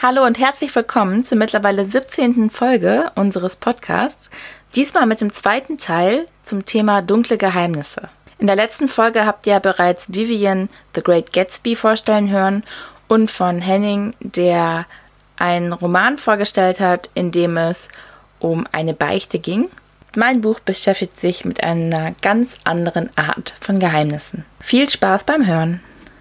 Hallo und herzlich willkommen zur mittlerweile 17. Folge unseres Podcasts, diesmal mit dem zweiten Teil zum Thema dunkle Geheimnisse. In der letzten Folge habt ihr ja bereits Vivian The Great Gatsby vorstellen hören und von Henning, der einen Roman vorgestellt hat, in dem es um eine Beichte ging. Mein Buch beschäftigt sich mit einer ganz anderen Art von Geheimnissen. Viel Spaß beim Hören!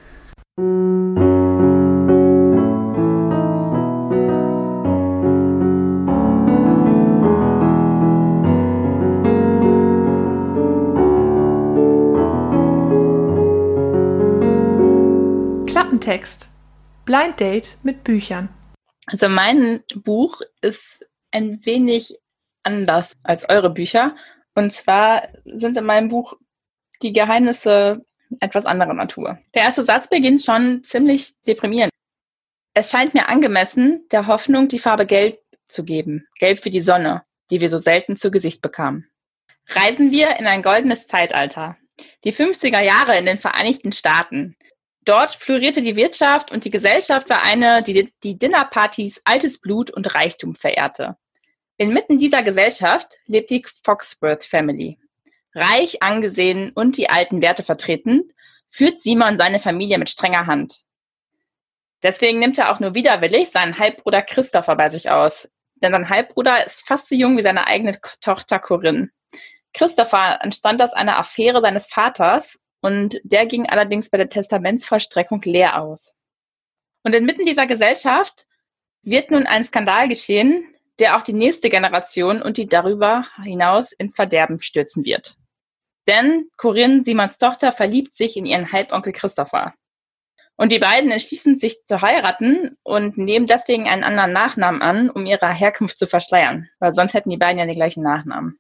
Klappentext. Blind Date mit Büchern. Also mein Buch ist ein wenig anders als eure Bücher. Und zwar sind in meinem Buch die Geheimnisse etwas anderer Natur. Der erste Satz beginnt schon ziemlich deprimierend. Es scheint mir angemessen, der Hoffnung die Farbe Gelb zu geben. Gelb wie die Sonne, die wir so selten zu Gesicht bekamen. Reisen wir in ein goldenes Zeitalter. Die 50er Jahre in den Vereinigten Staaten. Dort florierte die Wirtschaft und die Gesellschaft war eine, die Dinnerpartys altes Blut und Reichtum verehrte. Inmitten dieser Gesellschaft lebt die Foxworth Family. Reich, angesehen und die alten Werte vertreten, führt Simon seine Familie mit strenger Hand. Deswegen nimmt er auch nur widerwillig seinen Halbbruder Christopher bei sich aus. Denn sein Halbbruder ist fast so jung wie seine eigene Tochter Corinne. Christopher entstand aus einer Affäre seines Vaters, und der ging allerdings bei der Testamentsvollstreckung leer aus. Und inmitten dieser Gesellschaft wird nun ein Skandal geschehen, der auch die nächste Generation und die darüber hinaus ins Verderben stürzen wird. Denn Corinne, Simons Tochter, verliebt sich in ihren Halbonkel Christopher. Und die beiden entschließen sich zu heiraten und nehmen deswegen einen anderen Nachnamen an, um ihre Herkunft zu verschleiern, weil sonst hätten die beiden ja den gleichen Nachnamen.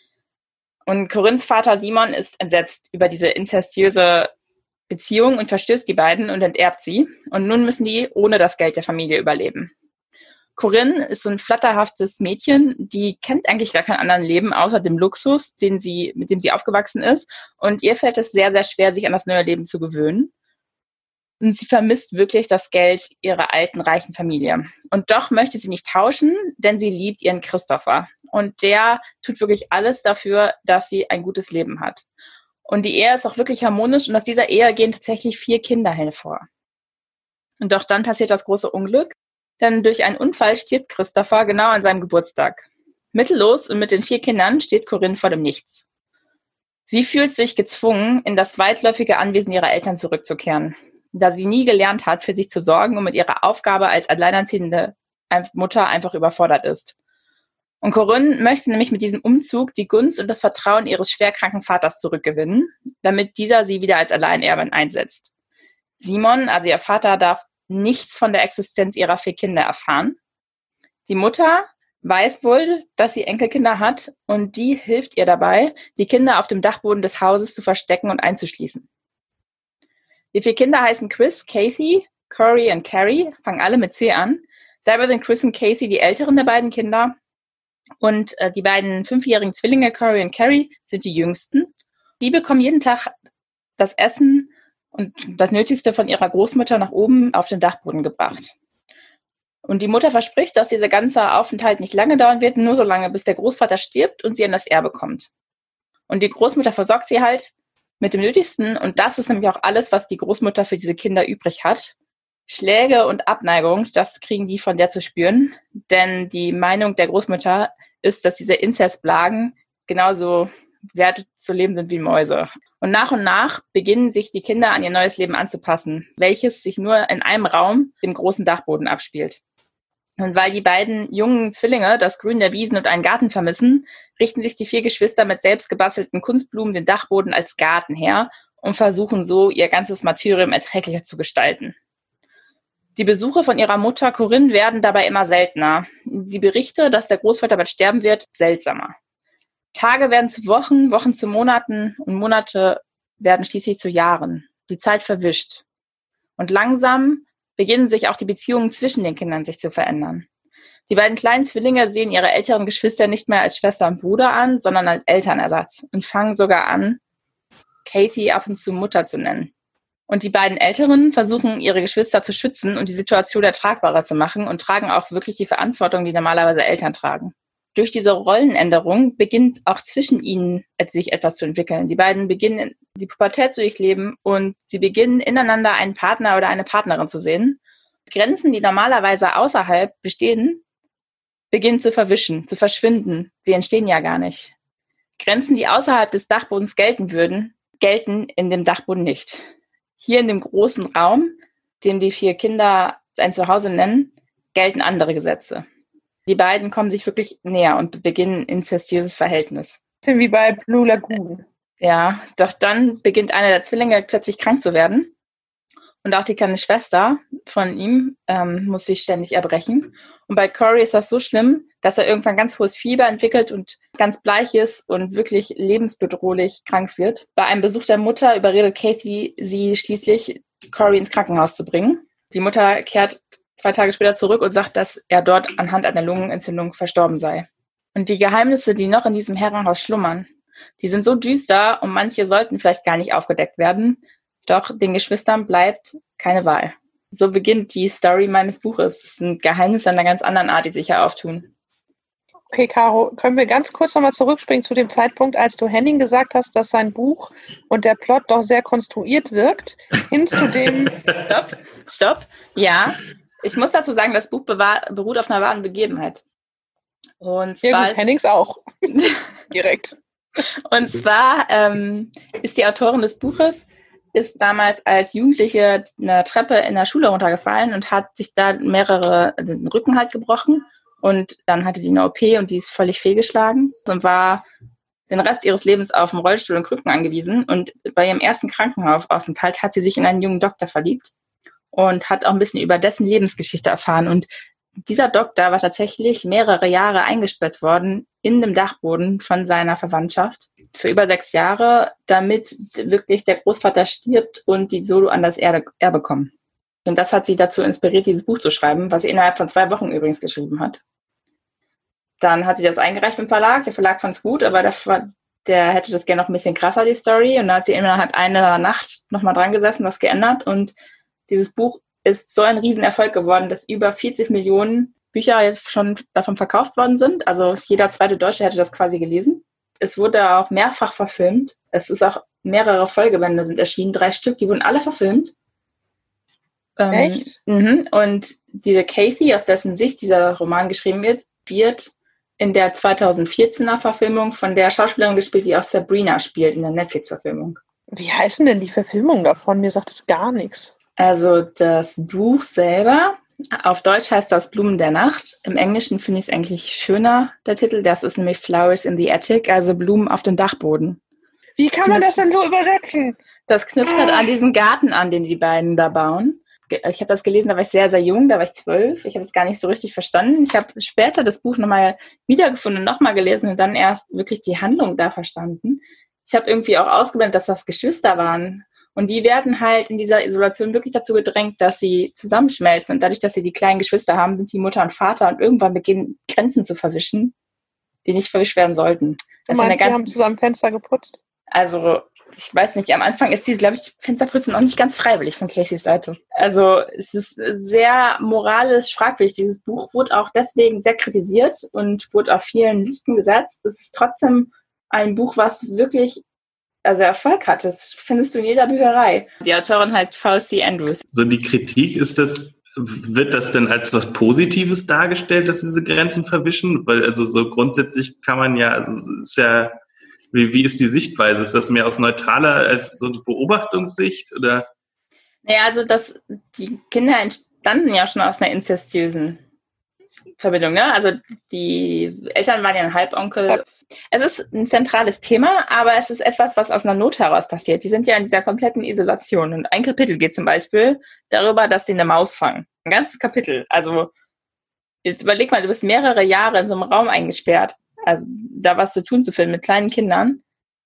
Und Corinnes Vater Simon ist entsetzt über diese inzestiöse Beziehung und verstößt die beiden und enterbt sie. Und nun müssen die ohne das Geld der Familie überleben. Corinne ist so ein flatterhaftes Mädchen, die kennt eigentlich gar kein anderes Leben, außer dem Luxus, mit dem sie aufgewachsen ist. Und ihr fällt es sehr, sehr schwer, sich an das neue Leben zu gewöhnen. Und sie vermisst wirklich das Geld ihrer alten, reichen Familie. Und doch möchte sie nicht tauschen, denn sie liebt ihren Christopher. Und der tut wirklich alles dafür, dass sie ein gutes Leben hat. Und die Ehe ist auch wirklich harmonisch und aus dieser Ehe gehen tatsächlich 4 Kinder hervor. Und doch dann passiert das große Unglück, denn durch einen Unfall stirbt Christopher genau an seinem Geburtstag. Mittellos und mit den 4 Kindern steht Corinne vor dem Nichts. Sie fühlt sich gezwungen, in das weitläufige Anwesen ihrer Eltern zurückzukehren, da sie nie gelernt hat, für sich zu sorgen und mit ihrer Aufgabe als alleinerziehende Mutter einfach überfordert ist. Und Corinne möchte nämlich mit diesem Umzug die Gunst und das Vertrauen ihres schwerkranken Vaters zurückgewinnen, damit dieser sie wieder als Alleinerbin einsetzt. Simon, also ihr Vater, darf nichts von der Existenz ihrer 4 Kinder erfahren. Die Mutter weiß wohl, dass sie Enkelkinder hat und die hilft ihr dabei, die Kinder auf dem Dachboden des Hauses zu verstecken und einzuschließen. Die 4 Kinder heißen Chris, Kathy, Corey und Carrie, fangen alle mit C an. Dabei sind Chris und Casey die älteren der beiden Kinder. Und die beiden 5-jährigen Zwillinge, Corey und Carrie, sind die jüngsten. Die bekommen jeden Tag das Essen und das Nötigste von ihrer Großmutter nach oben auf den Dachboden gebracht. Und die Mutter verspricht, dass dieser ganze Aufenthalt nicht lange dauern wird, nur so lange, bis der Großvater stirbt und sie an das Erbe kommt. Und die Großmutter versorgt sie halt mit dem Nötigsten, und das ist nämlich auch alles, was die Großmutter für diese Kinder übrig hat. Schläge und Abneigung, das kriegen die von der zu spüren, denn die Meinung der Großmutter ist, dass diese Inzestplagen genauso wert zu leben sind wie Mäuse. Und nach beginnen sich die Kinder an ihr neues Leben anzupassen, welches sich nur in einem Raum, dem großen Dachboden, abspielt. Und weil die beiden jungen Zwillinge das Grün der Wiesen und einen Garten vermissen, richten sich die 4 Geschwister mit selbst gebastelten Kunstblumen den Dachboden als Garten her und versuchen so, ihr ganzes Martyrium erträglicher zu gestalten. Die Besuche von ihrer Mutter Corinne werden dabei immer seltener. Die Berichte, dass der Großvater bald sterben wird, seltsamer. Tage werden zu Wochen, Wochen zu Monaten und Monate werden schließlich zu Jahren. Die Zeit verwischt. Und langsam beginnen sich auch die Beziehungen zwischen den Kindern sich zu verändern. Die beiden kleinen Zwillinge sehen ihre älteren Geschwister nicht mehr als Schwester und Bruder an, sondern als Elternersatz und fangen sogar an, Kathy ab und zu Mutter zu nennen. Und die beiden Älteren versuchen, ihre Geschwister zu schützen und die Situation ertragbarer zu machen und tragen auch wirklich die Verantwortung, die normalerweise Eltern tragen. Durch diese Rollenänderung beginnt auch zwischen ihnen sich etwas zu entwickeln. Die beiden beginnen die Pubertät zu durchleben und sie beginnen ineinander einen Partner oder eine Partnerin zu sehen. Grenzen, die normalerweise außerhalb bestehen, beginnen zu verwischen, zu verschwinden. Sie entstehen ja gar nicht. Grenzen, die außerhalb des Dachbodens gelten würden, gelten in dem Dachboden nicht. Hier in dem großen Raum, dem die 4 Kinder ein Zuhause nennen, gelten andere Gesetze. Die beiden kommen sich wirklich näher und beginnen ein inzestiöses Verhältnis. Bisschen wie bei Blue Lagoon. Ja, doch dann beginnt einer der Zwillinge plötzlich krank zu werden. Und auch die kleine Schwester von ihm muss sich ständig erbrechen. Und bei Corey ist das so schlimm, dass er irgendwann ganz hohes Fieber entwickelt und ganz bleich ist und wirklich lebensbedrohlich krank wird. Bei einem Besuch der Mutter überredet Kathy sie schließlich, Corey ins Krankenhaus zu bringen. Die Mutter kehrt 2 Tage später zurück und sagt, dass er dort anhand einer Lungenentzündung verstorben sei. Und die Geheimnisse, die noch in diesem Herrenhaus schlummern, die sind so düster und manche sollten vielleicht gar nicht aufgedeckt werden. Doch den Geschwistern bleibt keine Wahl. So beginnt die Story meines Buches. Es sind Geheimnisse einer ganz anderen Art, die sich hier auftun. Okay, Caro, können wir ganz kurz nochmal zurückspringen zu dem Zeitpunkt, als du Henning gesagt hast, dass sein Buch und der Plot doch sehr konstruiert wirkt, hin zu dem... Stopp. Ja, ich muss dazu sagen, das Buch beruht auf einer wahren Begebenheit. Und zwar, ja gut, Hennings auch. Direkt. Und zwar ist die Autorin des Buches ist damals als Jugendliche eine Treppe in der Schule runtergefallen und hat sich da den Rücken halt gebrochen. Und dann hatte die eine OP und die ist völlig fehlgeschlagen und war den Rest ihres Lebens auf dem Rollstuhl und Krücken angewiesen. Und bei ihrem ersten Krankenhausaufenthalt hat sie sich in einen jungen Doktor verliebt und hat auch ein bisschen über dessen Lebensgeschichte erfahren. Und dieser Doktor war tatsächlich mehrere Jahre eingesperrt worden in dem Dachboden von seiner Verwandtschaft für über 6 Jahre, damit wirklich der Großvater stirbt und die Solo an das Erbe kommen. Und das hat sie dazu inspiriert, dieses Buch zu schreiben, was sie innerhalb von 2 Wochen übrigens geschrieben hat. Dann hat sie das eingereicht beim Verlag. Der Verlag fand es gut, aber der hätte das gerne noch ein bisschen krasser, die Story. Und dann hat sie innerhalb einer Nacht nochmal dran gesessen, das geändert. Und dieses Buch ist so ein Riesenerfolg geworden, dass über 40 Millionen Bücher jetzt schon davon verkauft worden sind. Also jeder zweite Deutsche hätte das quasi gelesen. Es wurde auch mehrfach verfilmt. Es ist auch mehrere Folgebände sind erschienen, 3 Stück, die wurden alle verfilmt. Echt? Und diese Kathy, aus dessen Sicht dieser Roman geschrieben wird in der 2014er Verfilmung von der Schauspielerin gespielt, die auch Sabrina spielt in der Netflix-Verfilmung. Wie heißen denn die Verfilmungen davon? Mir sagt es gar nichts. Also das Buch selber, auf Deutsch heißt das Blumen der Nacht. Im Englischen finde ich es eigentlich schöner, der Titel. Das ist nämlich Flowers in the Attic, also Blumen auf dem Dachboden. Wie kann man das denn so übersetzen? Das knüpft halt an diesen Garten an, den die beiden da bauen. Ich habe das gelesen, da war ich sehr, sehr jung, da war ich 12. Ich habe es gar nicht so richtig verstanden. Ich habe später das Buch nochmal wiedergefunden und nochmal gelesen und dann erst wirklich die Handlung da verstanden. Ich habe irgendwie auch ausgeblendet, dass das Geschwister waren. Und die werden halt in dieser Isolation wirklich dazu gedrängt, dass sie zusammenschmelzen. Und dadurch, dass sie die kleinen Geschwister haben, sind die Mutter und Vater und irgendwann beginnen Grenzen zu verwischen, die nicht verwischt werden sollten. Du meinst, sie haben zusammen Fenster geputzt? Also, ich weiß nicht, am Anfang ist diese, glaube ich, Fensterputzen noch nicht ganz freiwillig von Caseys Seite. Also, es ist sehr moralisch fragwürdig. Dieses Buch wurde auch deswegen sehr kritisiert und wurde auf vielen Listen gesetzt. Es ist trotzdem ein Buch, was wirklich Erfolg hatte. Das findest du in jeder Bücherei. Die Autorin heißt Fauci Andrews. So die Kritik, wird das denn als was Positives dargestellt, dass diese Grenzen verwischen? Weil also so grundsätzlich kann man ja, also ist ja, wie ist die Sichtweise? Ist das mehr aus neutraler, so eine Beobachtungssicht oder? Naja, also die Kinder entstanden ja schon aus einer inzestiösen Verbindung, ne? Also die Eltern waren ja ein Halbonkel. Ja. Es ist ein zentrales Thema, aber es ist etwas, was aus einer Not heraus passiert. Die sind ja in dieser kompletten Isolation. Und ein Kapitel geht zum Beispiel darüber, dass sie eine Maus fangen. Ein ganzes Kapitel. Also jetzt überleg mal, du bist mehrere Jahre in so einem Raum eingesperrt. Also da was zu tun zu finden mit kleinen Kindern.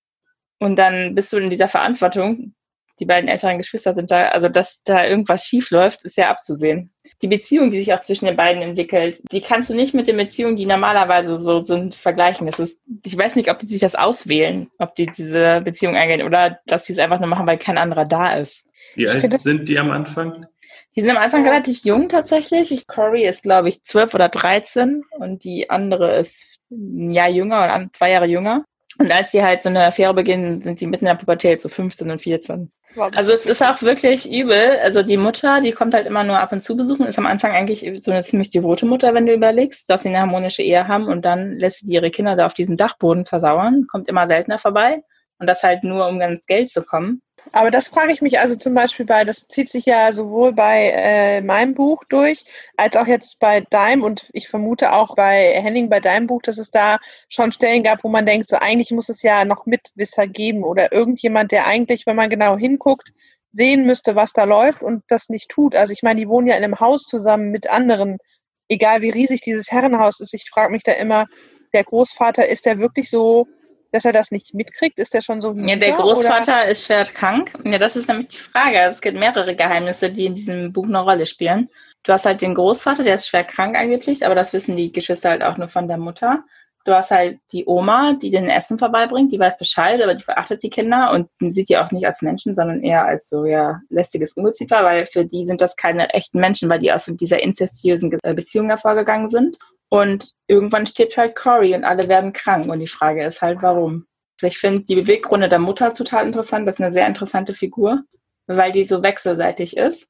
Und dann bist du in dieser Verantwortung. Die beiden älteren Geschwister sind da, also dass da irgendwas schief läuft, ist ja abzusehen. Die Beziehung, die sich auch zwischen den beiden entwickelt, die kannst du nicht mit den Beziehungen, die normalerweise so sind, vergleichen. Ich weiß nicht, ob die sich das auswählen, ob die diese Beziehung eingehen oder dass sie es einfach nur machen, weil kein anderer da ist. Wie alt sind die am Anfang? Die sind am Anfang relativ jung tatsächlich. Cory ist, glaube ich, 12 oder 13 und die andere ist ein Jahr jünger oder 2 Jahre jünger. Und als die halt so eine Affäre beginnen, sind die mitten in der Pubertät, so 15 und 14. Also es ist auch wirklich übel. Also die Mutter, die kommt halt immer nur ab und zu besuchen, ist am Anfang eigentlich so eine ziemlich devote Mutter, wenn du überlegst, dass sie eine harmonische Ehe haben und dann lässt sie ihre Kinder da auf diesem Dachboden versauern, kommt immer seltener vorbei und das halt nur, um ans Geld zu kommen. Aber das frage ich mich also zum Beispiel das zieht sich ja sowohl bei meinem Buch durch, als auch jetzt bei deinem und ich vermute auch bei Henning, bei deinem Buch, dass es da schon Stellen gab, wo man denkt, so eigentlich muss es ja noch Mitwisser geben oder irgendjemand, der eigentlich, wenn man genau hinguckt, sehen müsste, was da läuft und das nicht tut. Also ich meine, die wohnen ja in einem Haus zusammen mit anderen, egal wie riesig dieses Herrenhaus ist. Ich frage mich da immer, der Großvater, ist der wirklich so, dass er das nicht mitkriegt? Ist der schon so? Ja, der Großvater ist schwer krank. Ja, das ist nämlich die Frage. Es gibt mehrere Geheimnisse, die in diesem Buch eine Rolle spielen. Du hast halt den Großvater, der ist schwer krank angeblich, aber das wissen die Geschwister halt auch nur von der Mutter. Du hast halt die Oma, die den Essen vorbeibringt, die weiß Bescheid, aber die verachtet die Kinder und sieht die auch nicht als Menschen, sondern eher als so, ja, lästiges Ungeziefer, weil für die sind das keine echten Menschen, weil die aus dieser inzestiösen Beziehung hervorgegangen sind. Und irgendwann stirbt halt Cory und alle werden krank. Und die Frage ist halt, warum? Also ich finde die Beweggründe der Mutter total interessant. Das ist eine sehr interessante Figur, weil die so wechselseitig ist.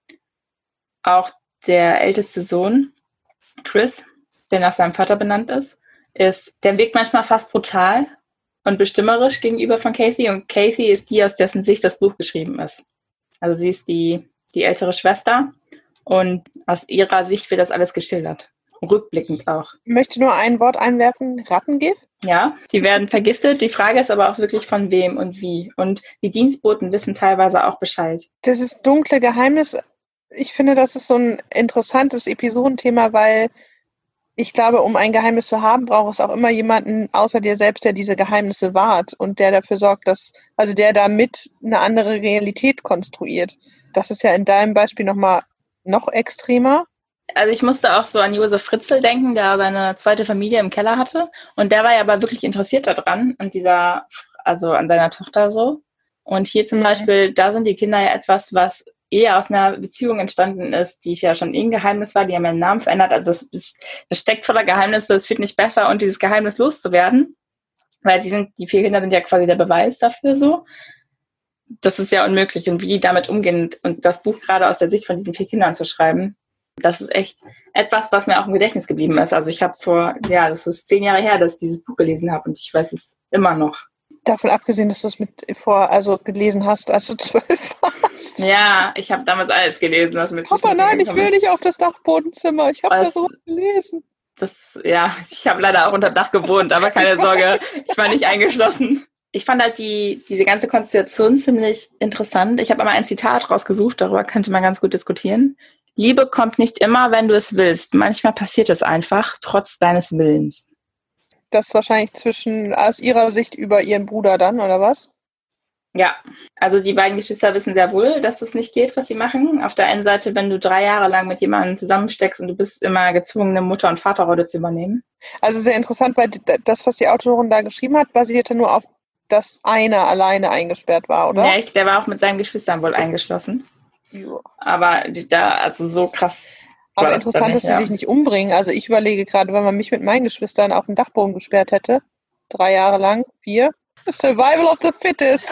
Auch der älteste Sohn, Chris, der nach seinem Vater benannt ist, der wirkt manchmal fast brutal und bestimmerisch gegenüber von Kathy. Und Kathy ist die, aus dessen Sicht das Buch geschrieben ist. Also sie ist die ältere Schwester und aus ihrer Sicht wird das alles geschildert. Rückblickend auch. Ich möchte nur ein Wort einwerfen, Rattengift? Ja, die werden vergiftet. Die Frage ist aber auch wirklich von wem und wie. Und die Dienstboten wissen teilweise auch Bescheid. Das ist dunkle Geheimnis. Ich finde, das ist so ein interessantes Episodenthema, weil ich glaube, um ein Geheimnis zu haben, braucht es auch immer jemanden außer dir selbst, der diese Geheimnisse wahrt und der dafür sorgt, also der damit eine andere Realität konstruiert. Das ist ja in deinem Beispiel noch extremer. Also ich musste auch so an Josef Fritzl denken, der seine zweite Familie im Keller hatte. Und der war ja aber wirklich interessiert daran und also an seiner Tochter so. Und hier zum Beispiel, da sind die Kinder ja etwas, was eher aus einer Beziehung entstanden ist, die ja schon ein Geheimnis war, die haben ihren Namen verändert. Also das steckt voller Geheimnisse, es wird nicht besser, und dieses Geheimnis loszuwerden, weil die 4 Kinder sind ja quasi der Beweis dafür so. Das ist ja unmöglich. Und wie die damit umgehen und das Buch gerade aus der Sicht von diesen 4 Kindern zu schreiben, das ist echt etwas, was mir auch im Gedächtnis geblieben ist. Also ich habe das ist 10 Jahre her, dass ich dieses Buch gelesen habe und ich weiß es immer noch. Davon abgesehen, dass du es gelesen hast, als du 12 warst. Ja, ich habe damals alles gelesen, was mit Papa, nein, ich will nicht auf das Dachbodenzimmer. Ich habe das so gelesen. Ich habe leider auch unter Dach gewohnt, aber keine Sorge, ich war nicht eingeschlossen. Ich fand halt diese ganze Konstellation ziemlich interessant. Ich habe einmal ein Zitat rausgesucht, darüber könnte man ganz gut diskutieren. Liebe kommt nicht immer, wenn du es willst. Manchmal passiert es einfach, trotz deines Willens. Das wahrscheinlich aus ihrer Sicht über ihren Bruder dann, oder was? Ja, also die beiden Geschwister wissen sehr wohl, dass das nicht geht, was sie machen. Auf der einen Seite, wenn du 3 Jahre lang mit jemandem zusammensteckst und du bist immer gezwungen, eine Mutter- und Vaterrolle zu übernehmen. Also sehr interessant, weil das, was die Autorin da geschrieben hat, basierte nur auf, dass einer alleine eingesperrt war, oder? Ja, der war auch mit seinen Geschwistern wohl eingeschlossen. Ja. Aber also so krass. Aber interessant, dass sie sich nicht umbringen. Also ich überlege gerade, wenn man mich mit meinen Geschwistern auf den Dachboden gesperrt hätte, 3 Jahre lang, 4, Survival of the Fittest.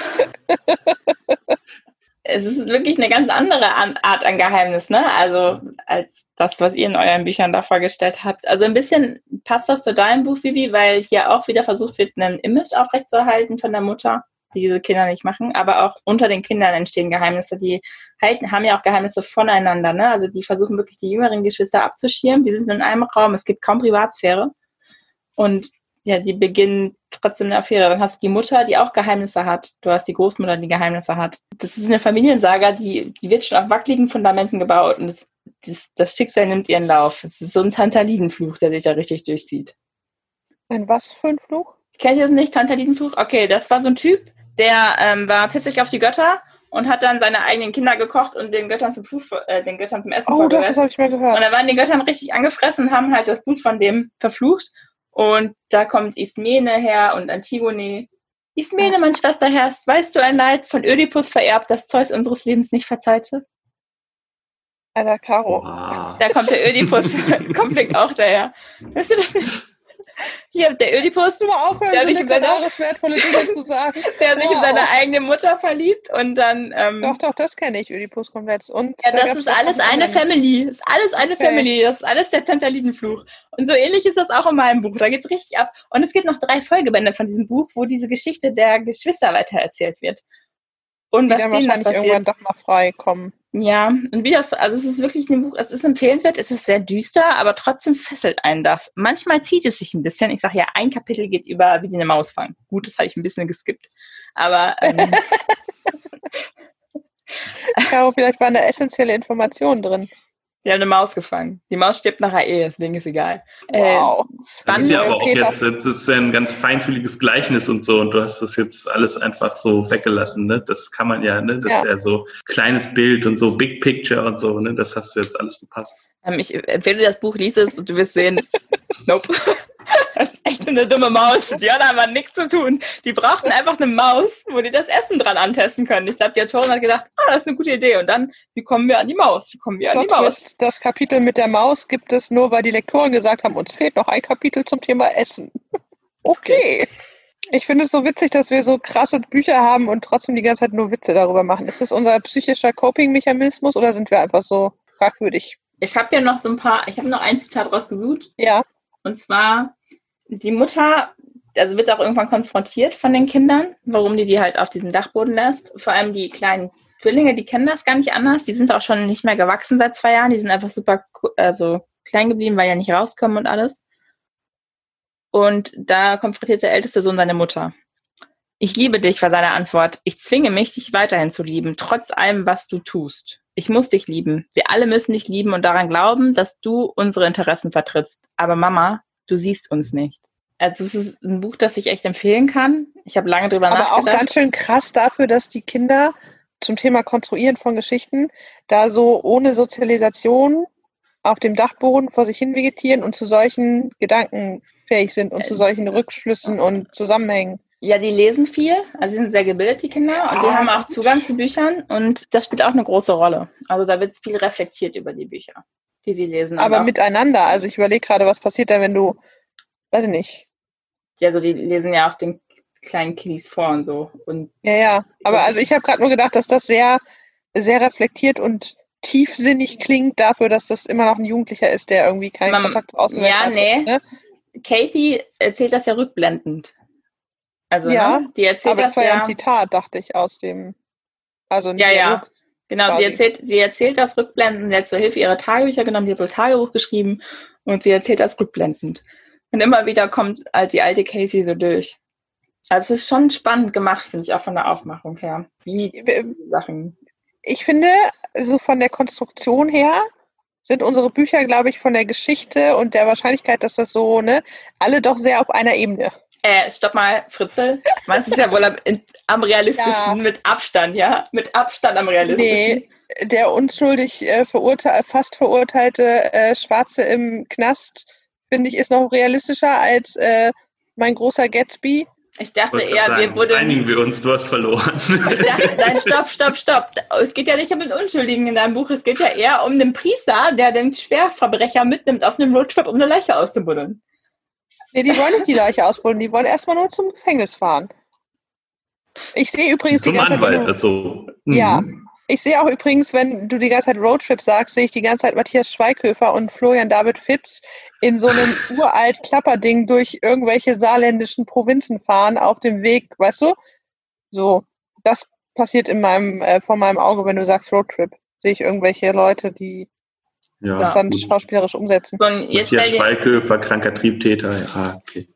Es ist wirklich eine ganz andere Art an Geheimnis, ne? Also als das, was ihr in euren Büchern da vorgestellt habt. Also ein bisschen passt das zu deinem Buch, Vivi, weil hier auch wieder versucht wird, ein Image aufrechtzuerhalten von der Mutter, die diese Kinder nicht machen, aber auch unter den Kindern entstehen Geheimnisse, die haben ja auch Geheimnisse voneinander, ne? Also die versuchen wirklich die jüngeren Geschwister abzuschirmen, die sind in einem Raum, es gibt kaum Privatsphäre und ja, die beginnen trotzdem eine Affäre. Dann hast du die Mutter, die auch Geheimnisse hat, du hast die Großmutter, die Geheimnisse hat. Das ist eine Familiensaga, die wird schon auf wackeligen Fundamenten gebaut und das Schicksal nimmt ihren Lauf. Es ist so ein Tantalidenfluch, der sich da richtig durchzieht. Ein was für ein Fluch? Kennt ihr das nicht, Tantalidenfluch? Okay, das war so ein Typ, der war pissig auf die Götter und hat dann seine eigenen Kinder gekocht und den Göttern zum Essen vorgesetzt. Das habe ich mal gehört. Und dann waren die Göttern richtig angefressen und haben halt das Blut von dem verflucht. Und da kommt Ismene her und Antigone. Ismene, mein Schwesterherz, weißt du ein Leid von Ödipus vererbt, das Zeus unseres Lebens nicht verzeihte? Alter, Caro. Wow. Da kommt der Ödipus-Konflikt auch daher. Weißt du das nicht? Hier, der Ödipus, Du mal aufhören, der so sich in seine, literarisch wertvolle Dinge zu sagen. der sich in seine eigene Mutter verliebt und dann... Doch, das kenne ich, Ödipus komplett. Und ja, da das gab's ist doch alles noch eine einen- Family. Das ist alles eine Okay. Family. Das ist alles der Tantalidenfluch. Und so ähnlich ist das auch in meinem Buch. Da geht's richtig ab. Und es gibt noch 3 Folgebände von diesem Buch, wo diese Geschichte der Geschwister weitererzählt wird. Und die was dann denen da wahrscheinlich irgendwann passiert. doch mal frei kommen. Ja, und wie das, also es ist wirklich ein Buch, es ist empfehlenswert, es ist sehr düster, aber trotzdem fesselt einen das. Manchmal zieht es sich ein bisschen. Ich sage ja, ein Kapitel geht über, wie die eine Maus fangen. Gut, das habe ich ein bisschen geskippt. Aber Caro, vielleicht war eine essentielle Information drin. die haben eine Maus gefangen. Die Maus stirbt nachher deswegen ist egal. Wow. Das ist ja aber auch Peter. jetzt ist ja ein ganz feinfühliges Gleichnis und so und du hast das jetzt alles einfach so weggelassen, ne? Das kann man ja, ne? Das ist ja so kleines Bild und so Big Picture und so, ne? Das hast du jetzt alles verpasst. Ich empfehle dir das Buch, lies es und du wirst sehen, nope. Das ist echt eine dumme Maus. Die hat aber nichts zu tun. Die brauchten einfach eine Maus, wo die das Essen dran antesten können. Ich glaube, die Autorin hat gedacht, das ist eine gute Idee. Und dann, wie kommen wir an die Maus? Wie kommen wir an die Maus? Das Kapitel mit der Maus gibt es nur, weil die Lektoren gesagt haben, uns fehlt noch ein Kapitel zum Thema Essen. Okay. Ich finde es so witzig, dass wir so krasse Bücher haben und trotzdem die ganze Zeit nur Witze darüber machen. Ist das unser psychischer Coping-Mechanismus oder sind wir einfach so fragwürdig? Ich habe ja noch so ein paar, ich habe noch ein Zitat rausgesucht. Ja. Und zwar, die Mutter, also wird auch irgendwann konfrontiert von den Kindern, warum die halt auf diesem Dachboden lässt. Vor allem die kleinen Zwillinge, die kennen das gar nicht anders. Die sind auch schon nicht mehr gewachsen seit 2 Jahren. Die sind einfach super klein geblieben, weil ja nicht rauskommen und alles. Und da konfrontiert der älteste Sohn seine Mutter. Ich liebe dich, war seine Antwort. Ich zwinge mich, dich weiterhin zu lieben, trotz allem, was du tust. Ich muss dich lieben. Wir alle müssen dich lieben und daran glauben, dass du unsere Interessen vertrittst. Aber Mama, du siehst uns nicht. Also es ist ein Buch, das ich echt empfehlen kann. Ich habe lange drüber nachgedacht. Aber auch ganz schön krass dafür, dass die Kinder zum Thema Konstruieren von Geschichten da so ohne Sozialisation auf dem Dachboden vor sich hin vegetieren und zu solchen Gedanken fähig sind und zu solchen Rückschlüssen und Zusammenhängen. Ja, die lesen viel, also sie sind sehr gebildet, die Kinder, und die haben auch Zugang zu Büchern und das spielt auch eine große Rolle. Also da wird viel reflektiert über die Bücher, die sie lesen. Aber auch, miteinander, also ich überlege gerade, was passiert da, wenn du, weiß ich nicht. ja, so die lesen ja auch den kleinen Kiddies vor und so. Und Ja, aber also ich habe gerade nur gedacht, dass das sehr, sehr reflektiert und tiefsinnig klingt dafür, dass das immer noch ein Jugendlicher ist, der irgendwie keinen Kontakt zur Außenwelt ja, hat. nee. Ne? Kathy erzählt das ja rückblendend. Also, Ja, ne? Die erzählt aber das war ja ja ein Zitat, dachte ich, aus dem, also ein Ja, ja. Dialog. Genau, quasi. sie erzählt das rückblendend. Sie hat zur Hilfe ihre Tagebücher genommen, die hat wohl Tagebuch geschrieben und sie erzählt das rückblendend. Und immer wieder kommt halt die alte Casey so durch. Also es ist schon spannend gemacht, finde ich, auch von der Aufmachung her. Wie die Sachen. Ich finde, so von der Konstruktion her sind unsere Bücher, glaube ich, von der Geschichte und der Wahrscheinlichkeit, dass das so, ne, alle doch sehr auf einer Ebene. Stopp mal, Fritzel. Meinst du es ja wohl am realistischen, Ja. mit Abstand, ja? Mit Abstand am realistischen. Nee, der unschuldig fast verurteilte Schwarze im Knast, finde ich, ist noch realistischer als mein großer Gatsby. Ich dachte Wollte eher, gerade wir sagen, wurden... einigen wir uns, du hast verloren. Ich dachte, nein, stopp. Es geht ja nicht um den Unschuldigen in deinem Buch. Es geht ja eher um den Priester, der den Schwerverbrecher mitnimmt auf einem Roadtrip, um eine Leiche auszubuddeln. Nee, die wollen nicht die Leiche ausbuddeln, die wollen erstmal nur zum Gefängnis fahren. Ich sehe übrigens Zum die ganze Anwalt, Zeit... also. Ja. Ich sehe auch übrigens, wenn du die ganze Zeit Roadtrip sagst, sehe ich die ganze Zeit Matthias Schweighöfer und Florian David Fitz in so einem uralt Klapperding durch irgendwelche saarländischen Provinzen fahren auf dem Weg, weißt du? So, das passiert in vor meinem Auge, wenn du sagst Roadtrip. Sehe ich irgendwelche Leute, die Ja, das dann gut. schauspielerisch umsetzen. So, und jetzt Matthias stell dir, Schweighöfer, kranker Triebtäter, ja, okay.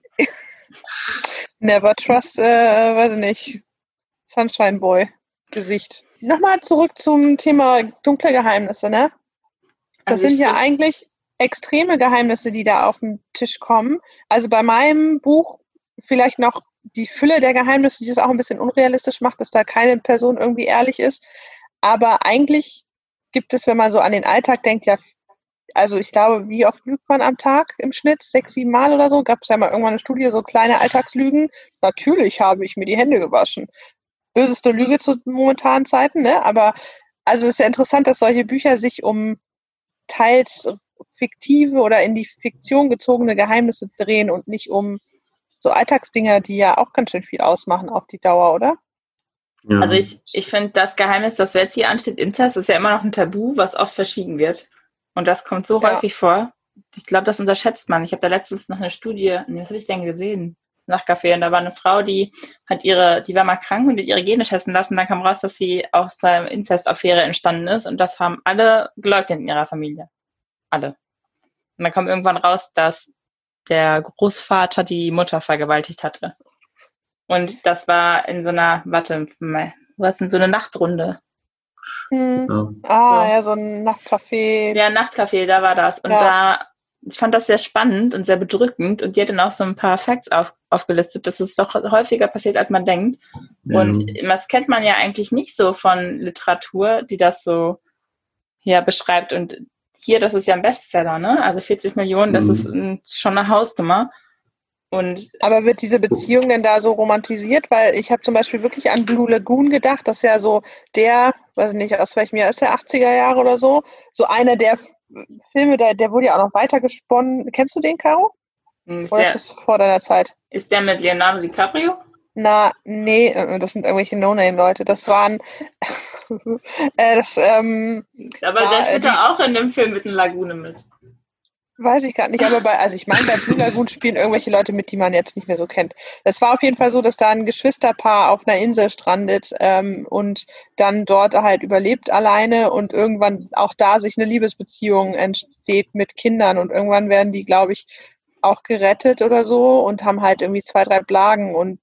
Never trust, weiß ich nicht, Sunshine Boy Gesicht. Nochmal zurück zum Thema dunkle Geheimnisse, ne? Das Also ich sind ja find- eigentlich extreme Geheimnisse, die da auf den Tisch kommen. Also bei meinem Buch vielleicht noch die Fülle der Geheimnisse, die es auch ein bisschen unrealistisch macht, dass da keine Person irgendwie ehrlich ist. Aber eigentlich gibt es, wenn man so an den Alltag denkt, ja also ich glaube, wie oft lügt man am Tag im Schnitt? 6, 7 Mal oder so? Gab es ja mal irgendwann eine Studie, so kleine Alltagslügen. Natürlich habe ich mir die Hände gewaschen. Böseste Lüge zu momentanen Zeiten, ne? Aber also es ist ja interessant, dass solche Bücher sich um teils fiktive oder in die Fiktion gezogene Geheimnisse drehen und nicht um so Alltagsdinger, die ja auch ganz schön viel ausmachen auf die Dauer, oder? Ja. Also ich finde, das Geheimnis, das jetzt hier ansteht, Inzest, ist ja immer noch ein Tabu, was oft verschwiegen wird. Und das kommt so häufig vor. Ich glaube, das unterschätzt man. Ich habe da letztens noch eine Studie, was habe ich denn gesehen? Nach Café. Und da war eine Frau, die war mal krank und hat ihre Gene testen lassen. Dann kam raus, dass sie aus einer Inzestaffäre entstanden ist. Und das haben alle geleugnet in ihrer Familie. Alle. Und dann kam irgendwann raus, dass der Großvater die Mutter vergewaltigt hatte. Und das war in so einer, so eine Nachtrunde. Ja, so ein Nachtcafé. Ja, Nachtcafé, da war das. Und ich fand das sehr spannend und sehr bedrückend. Und die hat dann auch so ein paar Facts aufgelistet, dass es doch häufiger passiert, als man denkt. Und das kennt man ja eigentlich nicht so von Literatur, die das so beschreibt. Und hier, das ist ja ein Bestseller, ne? Also 40 Millionen, das ist schon eine Hausnummer. Aber wird diese Beziehung denn da so romantisiert? Weil ich habe zum Beispiel wirklich an Blue Lagoon gedacht, das ist ja so weiß ich nicht, aus welchem Jahr ist der, 80er Jahre oder so einer der Filme, der wurde ja auch noch weiter gesponnen. Kennst du den, Caro? Oder ist das vor deiner Zeit? Ist der mit Leonardo DiCaprio? Nee, das sind irgendwelche No-Name-Leute. Das waren aber der spielt doch auch in dem Film mit einer Lagune mit. Weiß ich gerade nicht, aber bei Blue Lagoon spielen irgendwelche Leute mit, die man jetzt nicht mehr so kennt. Es war auf jeden Fall so, dass da ein Geschwisterpaar auf einer Insel strandet und dann dort halt überlebt alleine und irgendwann auch da sich eine Liebesbeziehung entsteht mit Kindern und irgendwann werden die, glaube ich, auch gerettet oder so und haben halt irgendwie 2, 3 Plagen und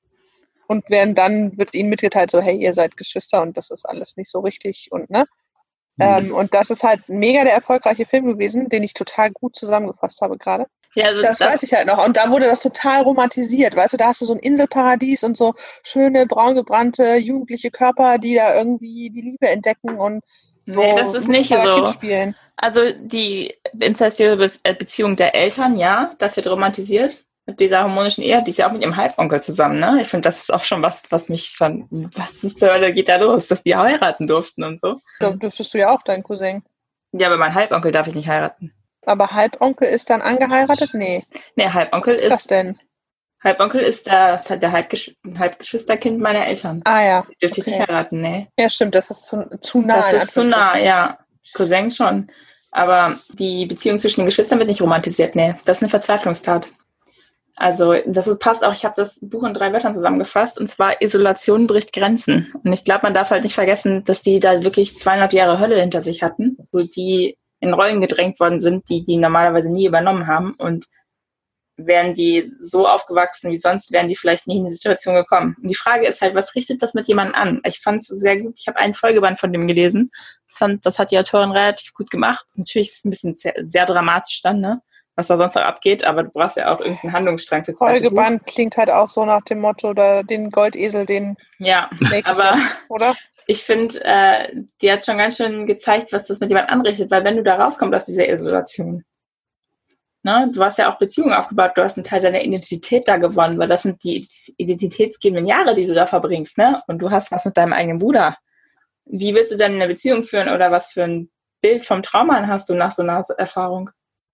wird ihnen mitgeteilt, so hey, ihr seid Geschwister und das ist alles nicht so richtig und und das ist halt mega der erfolgreiche Film gewesen, den ich total gut zusammengefasst habe gerade. Ja, also das weiß ich halt noch. Und da wurde das total romantisiert. Weißt du, da hast du so ein Inselparadies und so schöne, braungebrannte, jugendliche Körper, die da irgendwie die Liebe entdecken und nee, das ist nicht so. Spielen. Also die inzestiöse Beziehung der Eltern, ja, das wird romantisiert. Mit dieser harmonischen Ehe, die ist ja auch mit ihrem Halbonkel zusammen, ne? Ich finde, das ist auch schon was mich schon, was ist zur Hölle geht da los, dass die heiraten durften und so. Da dürftest du ja auch deinen Cousin. Ja, aber mein Halbonkel darf ich nicht heiraten. Aber Halbonkel ist dann angeheiratet? Nee. Nee, Halbonkel ist... Was denn? Halbonkel ist der Halbgeschwisterkind meiner Eltern. Ah ja. Dürfte ich nicht heiraten, nee. Ja, stimmt, das ist zu nah. Das ist zu nah, ja. Cousin schon. Aber die Beziehung zwischen den Geschwistern wird nicht romantisiert, nee. Das ist eine Verzweiflungstat. Also passt auch, ich habe das Buch in 3 Wörtern zusammengefasst, und zwar Isolation bricht Grenzen. Und ich glaube, man darf halt nicht vergessen, dass die da wirklich 2,5 Jahre Hölle hinter sich hatten, wo die in Rollen gedrängt worden sind, die normalerweise nie übernommen haben. Und wären die so aufgewachsen wie sonst, wären die vielleicht nie in die Situation gekommen. Und die Frage ist halt, was richtet das mit jemandem an? Ich fand es sehr gut, ich habe einen Folgeband von dem gelesen. Das hat die Autorin relativ gut gemacht. Natürlich ist es ein bisschen sehr, sehr dramatisch dann, ne? Was da sonst noch abgeht, aber du brauchst ja auch irgendeinen Handlungsstrang für Folgeband klingt halt auch so nach dem Motto, oder den Goldesel, den... Ja, aber oder? Ich finde, die hat schon ganz schön gezeigt, was das mit jemandem anrichtet, weil wenn du da rauskommst aus dieser Isolation, ne, du hast ja auch Beziehungen aufgebaut, du hast einen Teil deiner Identität da gewonnen, weil das sind die identitätsgebenden Jahre, die du da verbringst, ne? Und du hast was mit deinem eigenen Bruder. Wie willst du dann eine Beziehung führen oder was für ein Bild vom Trauma hast du nach so einer Erfahrung?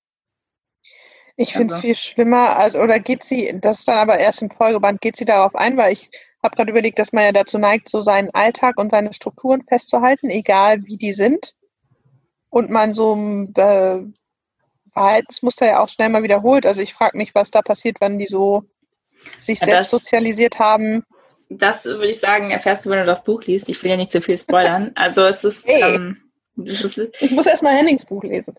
Ich finde es viel schlimmer, das ist dann aber erst im Folgeband, geht sie darauf ein, weil ich habe gerade überlegt, dass man ja dazu neigt, so seinen Alltag und seine Strukturen festzuhalten, egal wie die sind. Und man so ein Verhaltensmuster ja auch schnell mal wiederholt. Also ich frage mich, was da passiert, wenn die so sich selbst sozialisiert haben. Das würde ich sagen, erfährst du, wenn du das Buch liest. Ich will ja nicht zu viel spoilern. Also es ist... ich muss erst mal Hennings Buch lesen.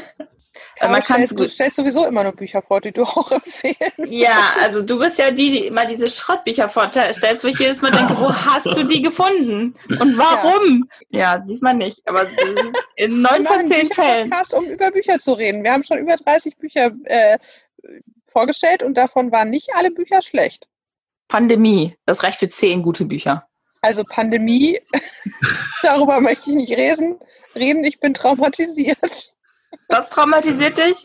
Du stellst sowieso immer nur Bücher vor, die du auch empfehlst. Ja, also du bist ja die immer diese Schrottbücher vorstellst, wo ich jedes Mal denke, wo hast du die gefunden? Und warum? Ja, diesmal nicht, aber in 9 von 10 Fällen. Podcast, um über Bücher zu reden. Wir haben schon über 30 Bücher vorgestellt und davon waren nicht alle Bücher schlecht. Pandemie, das reicht für 10 gute Bücher. Also Pandemie, darüber möchte ich nicht reden. Ich bin traumatisiert. Was traumatisiert dich?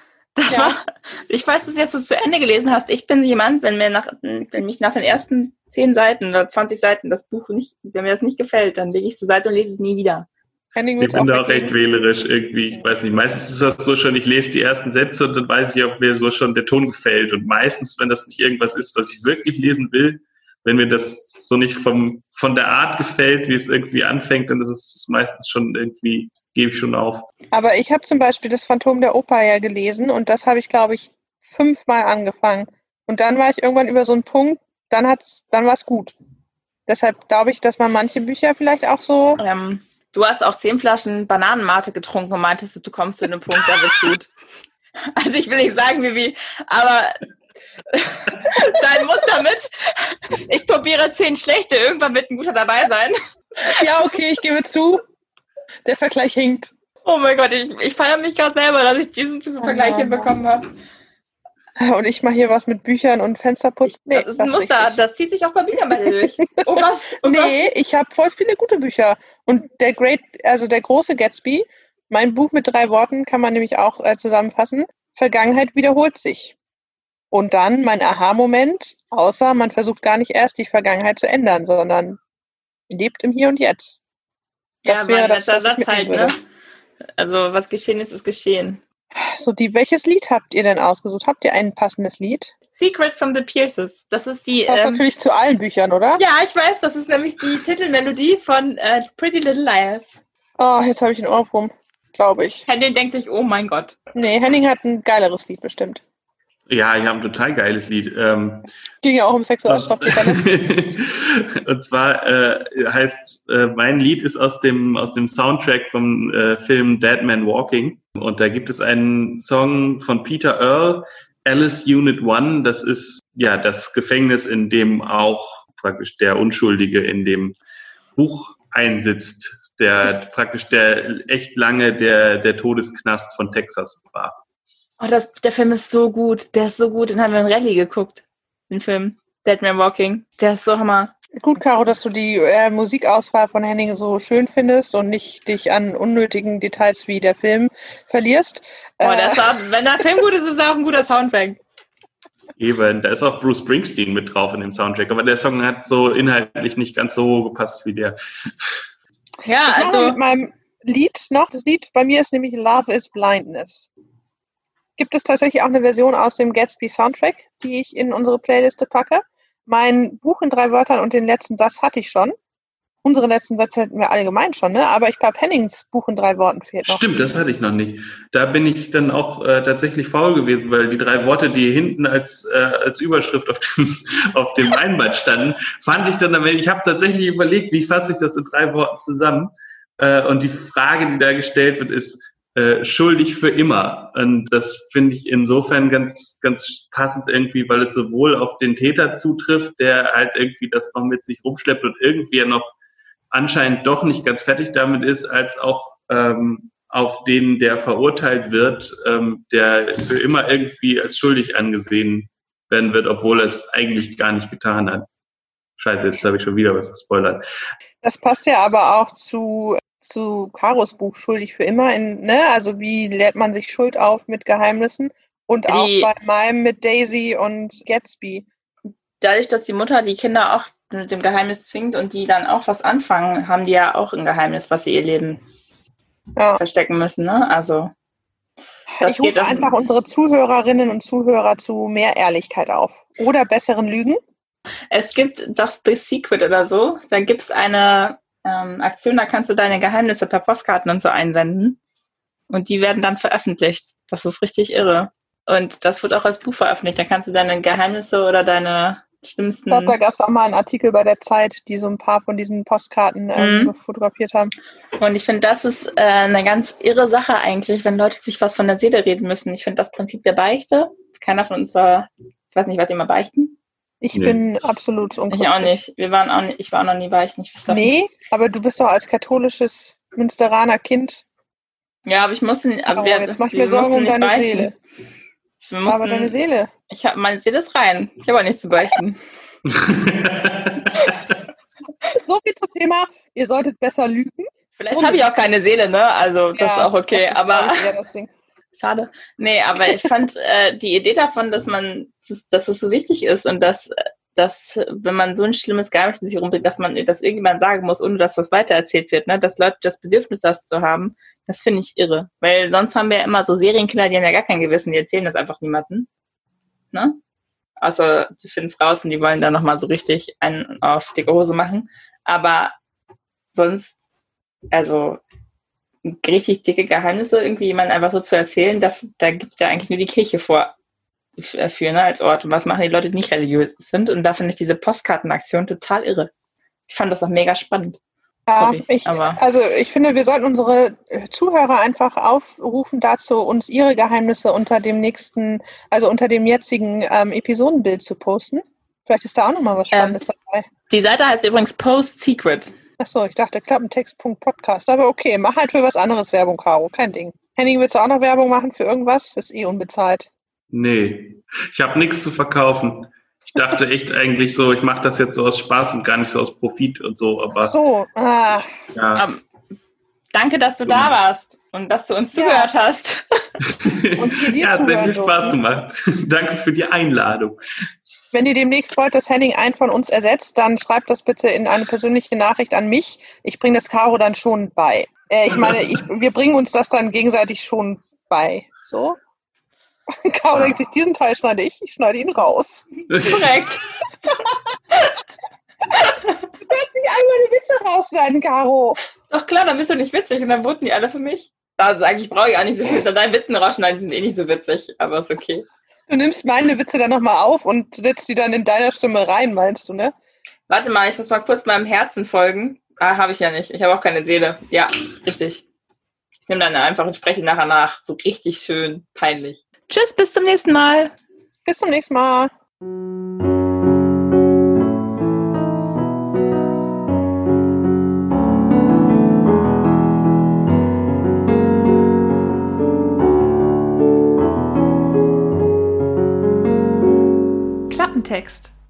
Ich weiß, dass du jetzt zu Ende gelesen hast. Ich bin jemand, wenn mich nach den ersten 10 Seiten oder 20 Seiten das Buch nicht, wenn mir das nicht gefällt, dann lege ich es zur Seite und lese es nie wieder. Ich bin da auch recht wählerisch irgendwie. Ich weiß nicht, meistens ist das so schon, ich lese die ersten Sätze und dann weiß ich, ob mir so schon der Ton gefällt. Und meistens, wenn das nicht irgendwas ist, was ich wirklich lesen will, wenn mir das so nicht von der Art gefällt, wie es irgendwie anfängt, dann ist es meistens schon irgendwie, gebe ich schon auf. Aber ich habe zum Beispiel das Phantom der Oper ja gelesen und das habe ich, glaube ich, 5-mal angefangen. Und dann war ich irgendwann über so einen Punkt, dann war es gut. Deshalb glaube ich, dass man manche Bücher vielleicht auch so... Du hast auch 10 Flaschen Bananenmate getrunken und meintest, du kommst zu einem Punkt, da wird's gut. Also ich will nicht sagen, wie, aber dein Muster mit, ich probiere 10 schlechte, irgendwann wird ein guter dabei sein. Ja, okay, ich gebe zu. Der Vergleich hinkt. Oh mein Gott, ich feiere mich gerade selber, dass ich diesen Vergleich hinbekommen habe. Und ich mache hier was mit Büchern und Fensterputzen. Nee, das ist ein Muster, das zieht sich auch bei Büchern bei dir durch. Oh was? Ich habe voll viele gute Bücher. Und der große Gatsby, mein Buch mit 3 Worten, kann man nämlich auch zusammenfassen. Vergangenheit wiederholt sich. Und dann mein Aha-Moment, außer man versucht gar nicht erst die Vergangenheit zu ändern, sondern lebt im Hier und Jetzt. Das wäre das, was ich mitnehmen würde. Ne? Also was geschehen ist, ist geschehen. So, welches Lied habt ihr denn ausgesucht? Habt ihr ein passendes Lied? Secret from the Pierces. Das ist die... Das natürlich zu allen Büchern, oder? Ja, ich weiß. Das ist nämlich die Titelmelodie von Pretty Little Liars. Oh, jetzt habe ich einen Ohrwurm, glaube ich. Henning denkt sich, oh mein Gott. Nee, Henning hat ein geileres Lied bestimmt. Ja, ich habe ein total geiles Lied. Ging ja auch um Sexualstraftäter, Und zwar heißt, mein Lied ist aus dem Soundtrack vom Film Dead Man Walking. Und da gibt es einen Song von Peter Earl, Alice Unit 1. Das ist ja das Gefängnis, in dem auch praktisch der Unschuldige in dem Buch einsitzt, der echt lange der Todesknast von Texas war. Oh, der Film ist so gut. Der ist so gut. Den haben wir in Rallye geguckt. Den Film Dead Man Walking. Der ist so Hammer. Gut, Caro, dass du die Musikauswahl von Henning so schön findest und nicht dich an unnötigen Details wie der Film verlierst. Wenn der Film gut ist, ist er auch ein guter Soundtrack. Eben, da ist auch Bruce Springsteen mit drauf in dem Soundtrack, aber der Song hat so inhaltlich nicht ganz so gepasst wie der. Ja, also mit meinem Lied noch, das Lied bei mir ist nämlich Love is Blindness. Gibt es tatsächlich auch eine Version aus dem Gatsby Soundtrack, die ich in unsere Playliste packe. Mein Buch in 3 Wörtern und den letzten Satz hatte ich schon. Unsere letzten Sätze hätten wir allgemein schon, ne? Aber ich glaube, Hennings Buch in 3 Worten fehlt noch. Stimmt, das hatte ich noch nicht. Da bin ich dann auch tatsächlich faul gewesen, weil die 3 Worte, die hinten als Überschrift auf dem Einband standen, fand ich dann, ich habe tatsächlich überlegt, wie fasse ich das in 3 Worten zusammen. Und die Frage, die da gestellt wird, ist, schuldig für immer. Und das finde ich insofern ganz, ganz passend irgendwie, weil es sowohl auf den Täter zutrifft, der halt irgendwie das noch mit sich rumschleppt und irgendwie ja noch anscheinend doch nicht ganz fertig damit ist, als auch auf den, der verurteilt wird, der für immer irgendwie als schuldig angesehen werden wird, obwohl er es eigentlich gar nicht getan hat. Scheiße, jetzt habe ich schon wieder was gespoilert. Das passt ja aber auch zu Caros Buch Schuldig für immer. Also wie lädt man sich Schuld auf mit Geheimnissen? Und auch bei meinem mit Daisy und Gatsby. Dadurch, dass die Mutter die Kinder auch mit dem Geheimnis zwingt und die dann auch was anfangen, haben die ja auch ein Geheimnis, was sie ihr Leben verstecken müssen. Ne? Also ich rufe einfach unsere Zuhörerinnen und Zuhörer zu mehr Ehrlichkeit auf. Oder besseren Lügen. Es gibt doch The Secret oder so. Da gibt es eine Aktion, da kannst du deine Geheimnisse per Postkarten und so einsenden. Und die werden dann veröffentlicht. Das ist richtig irre. Und das wird auch als Buch veröffentlicht. Da kannst du deine Geheimnisse oder deine schlimmsten... Ich glaube, da gab es auch mal einen Artikel bei der Zeit, die so ein paar von diesen Postkarten fotografiert haben. Und ich finde, das ist eine ganz irre Sache eigentlich, wenn Leute sich was von der Seele reden müssen. Ich finde das Prinzip der Beichte. Keiner von uns war... Ich weiß nicht, was die mal beichten? Ich bin absolut unchristlich. Ich auch nicht. Ich war auch noch nie beichten. Nee, aber du bist doch als katholisches Münsteraner Kind. Ja, aber ich muss... jetzt mach ich mir Sorgen um deine Seele. Aber deine Seele? Meine Seele ist rein. Ich habe auch nichts zu beichten. So viel zum Thema, ihr solltet besser lügen. Vielleicht habe ich auch keine Seele, ne? Also das ist auch okay, das ist, aber glaub ich, eher das Ding. schade. Nee, aber ich fand die Idee davon, dass es so wichtig ist und dass, wenn man so ein schlimmes Geheimnis mit sich rumbringt, dass man das irgendjemand sagen muss, ohne dass das weitererzählt wird, ne? Dass Leute das Bedürfnis, das zu haben, das finde ich irre. Weil sonst haben wir ja immer so Serienkiller, die haben ja gar kein Gewissen, die erzählen das einfach niemandem. Ne? Außer die finden es raus und die wollen dann nochmal so richtig einen auf dicke Hose machen. Aber sonst, also richtig dicke Geheimnisse irgendwie jemandem einfach so zu erzählen, da gibt es ja eigentlich nur die Kirche für, ne, als Ort. Und was machen die Leute, die nicht religiös sind? Und da finde ich diese Postkartenaktion total irre. Ich fand das auch mega spannend. Ja, Sorry, ich finde, wir sollten unsere Zuhörer einfach aufrufen dazu, uns ihre Geheimnisse unter dem jetzigen Episodenbild zu posten. Vielleicht ist da auch nochmal was Spannendes dabei. Die Seite heißt übrigens Post Secret. Achso, ich dachte Klappentext.podcast. Aber okay, mach halt für was anderes Werbung, Caro. Kein Ding. Henning, willst du auch noch Werbung machen für irgendwas? Das ist unbezahlt. Nee, ich habe nichts zu verkaufen. Ich dachte echt eigentlich so, ich mache das jetzt so aus Spaß und gar nicht so aus Profit und so. Aber ach so, ja. Danke, dass du da warst und dass du uns zugehört hast. Und dir hat sehr viel Spaß gemacht. Danke für die Einladung. Wenn ihr demnächst wollt, dass Henning einen von uns ersetzt, dann schreibt das bitte in eine persönliche Nachricht an mich. Ich bringe das Caro dann schon bei. Wir bringen uns das dann gegenseitig schon bei. So? Caro denkt sich, diesen Teil schneide ich schneide ihn raus. Korrekt. Du kannst nicht einmal die Witze rausschneiden, Caro. Doch klar, dann bist du nicht witzig und dann voten die alle für mich. Also eigentlich brauche ich auch nicht so viel. Deine Witzen rausschneiden, die sind eh nicht so witzig, aber ist okay. Du nimmst meine Witze dann nochmal auf und setzt die dann in deiner Stimme rein, meinst du, ne? Warte mal, ich muss mal kurz meinem Herzen folgen. Habe ich ja nicht. Ich habe auch keine Seele. Ja, richtig. Ich nehme dann einfach und spreche nachher nach. So richtig schön peinlich. Tschüss, bis zum nächsten Mal. Bis zum nächsten Mal. Klappentext.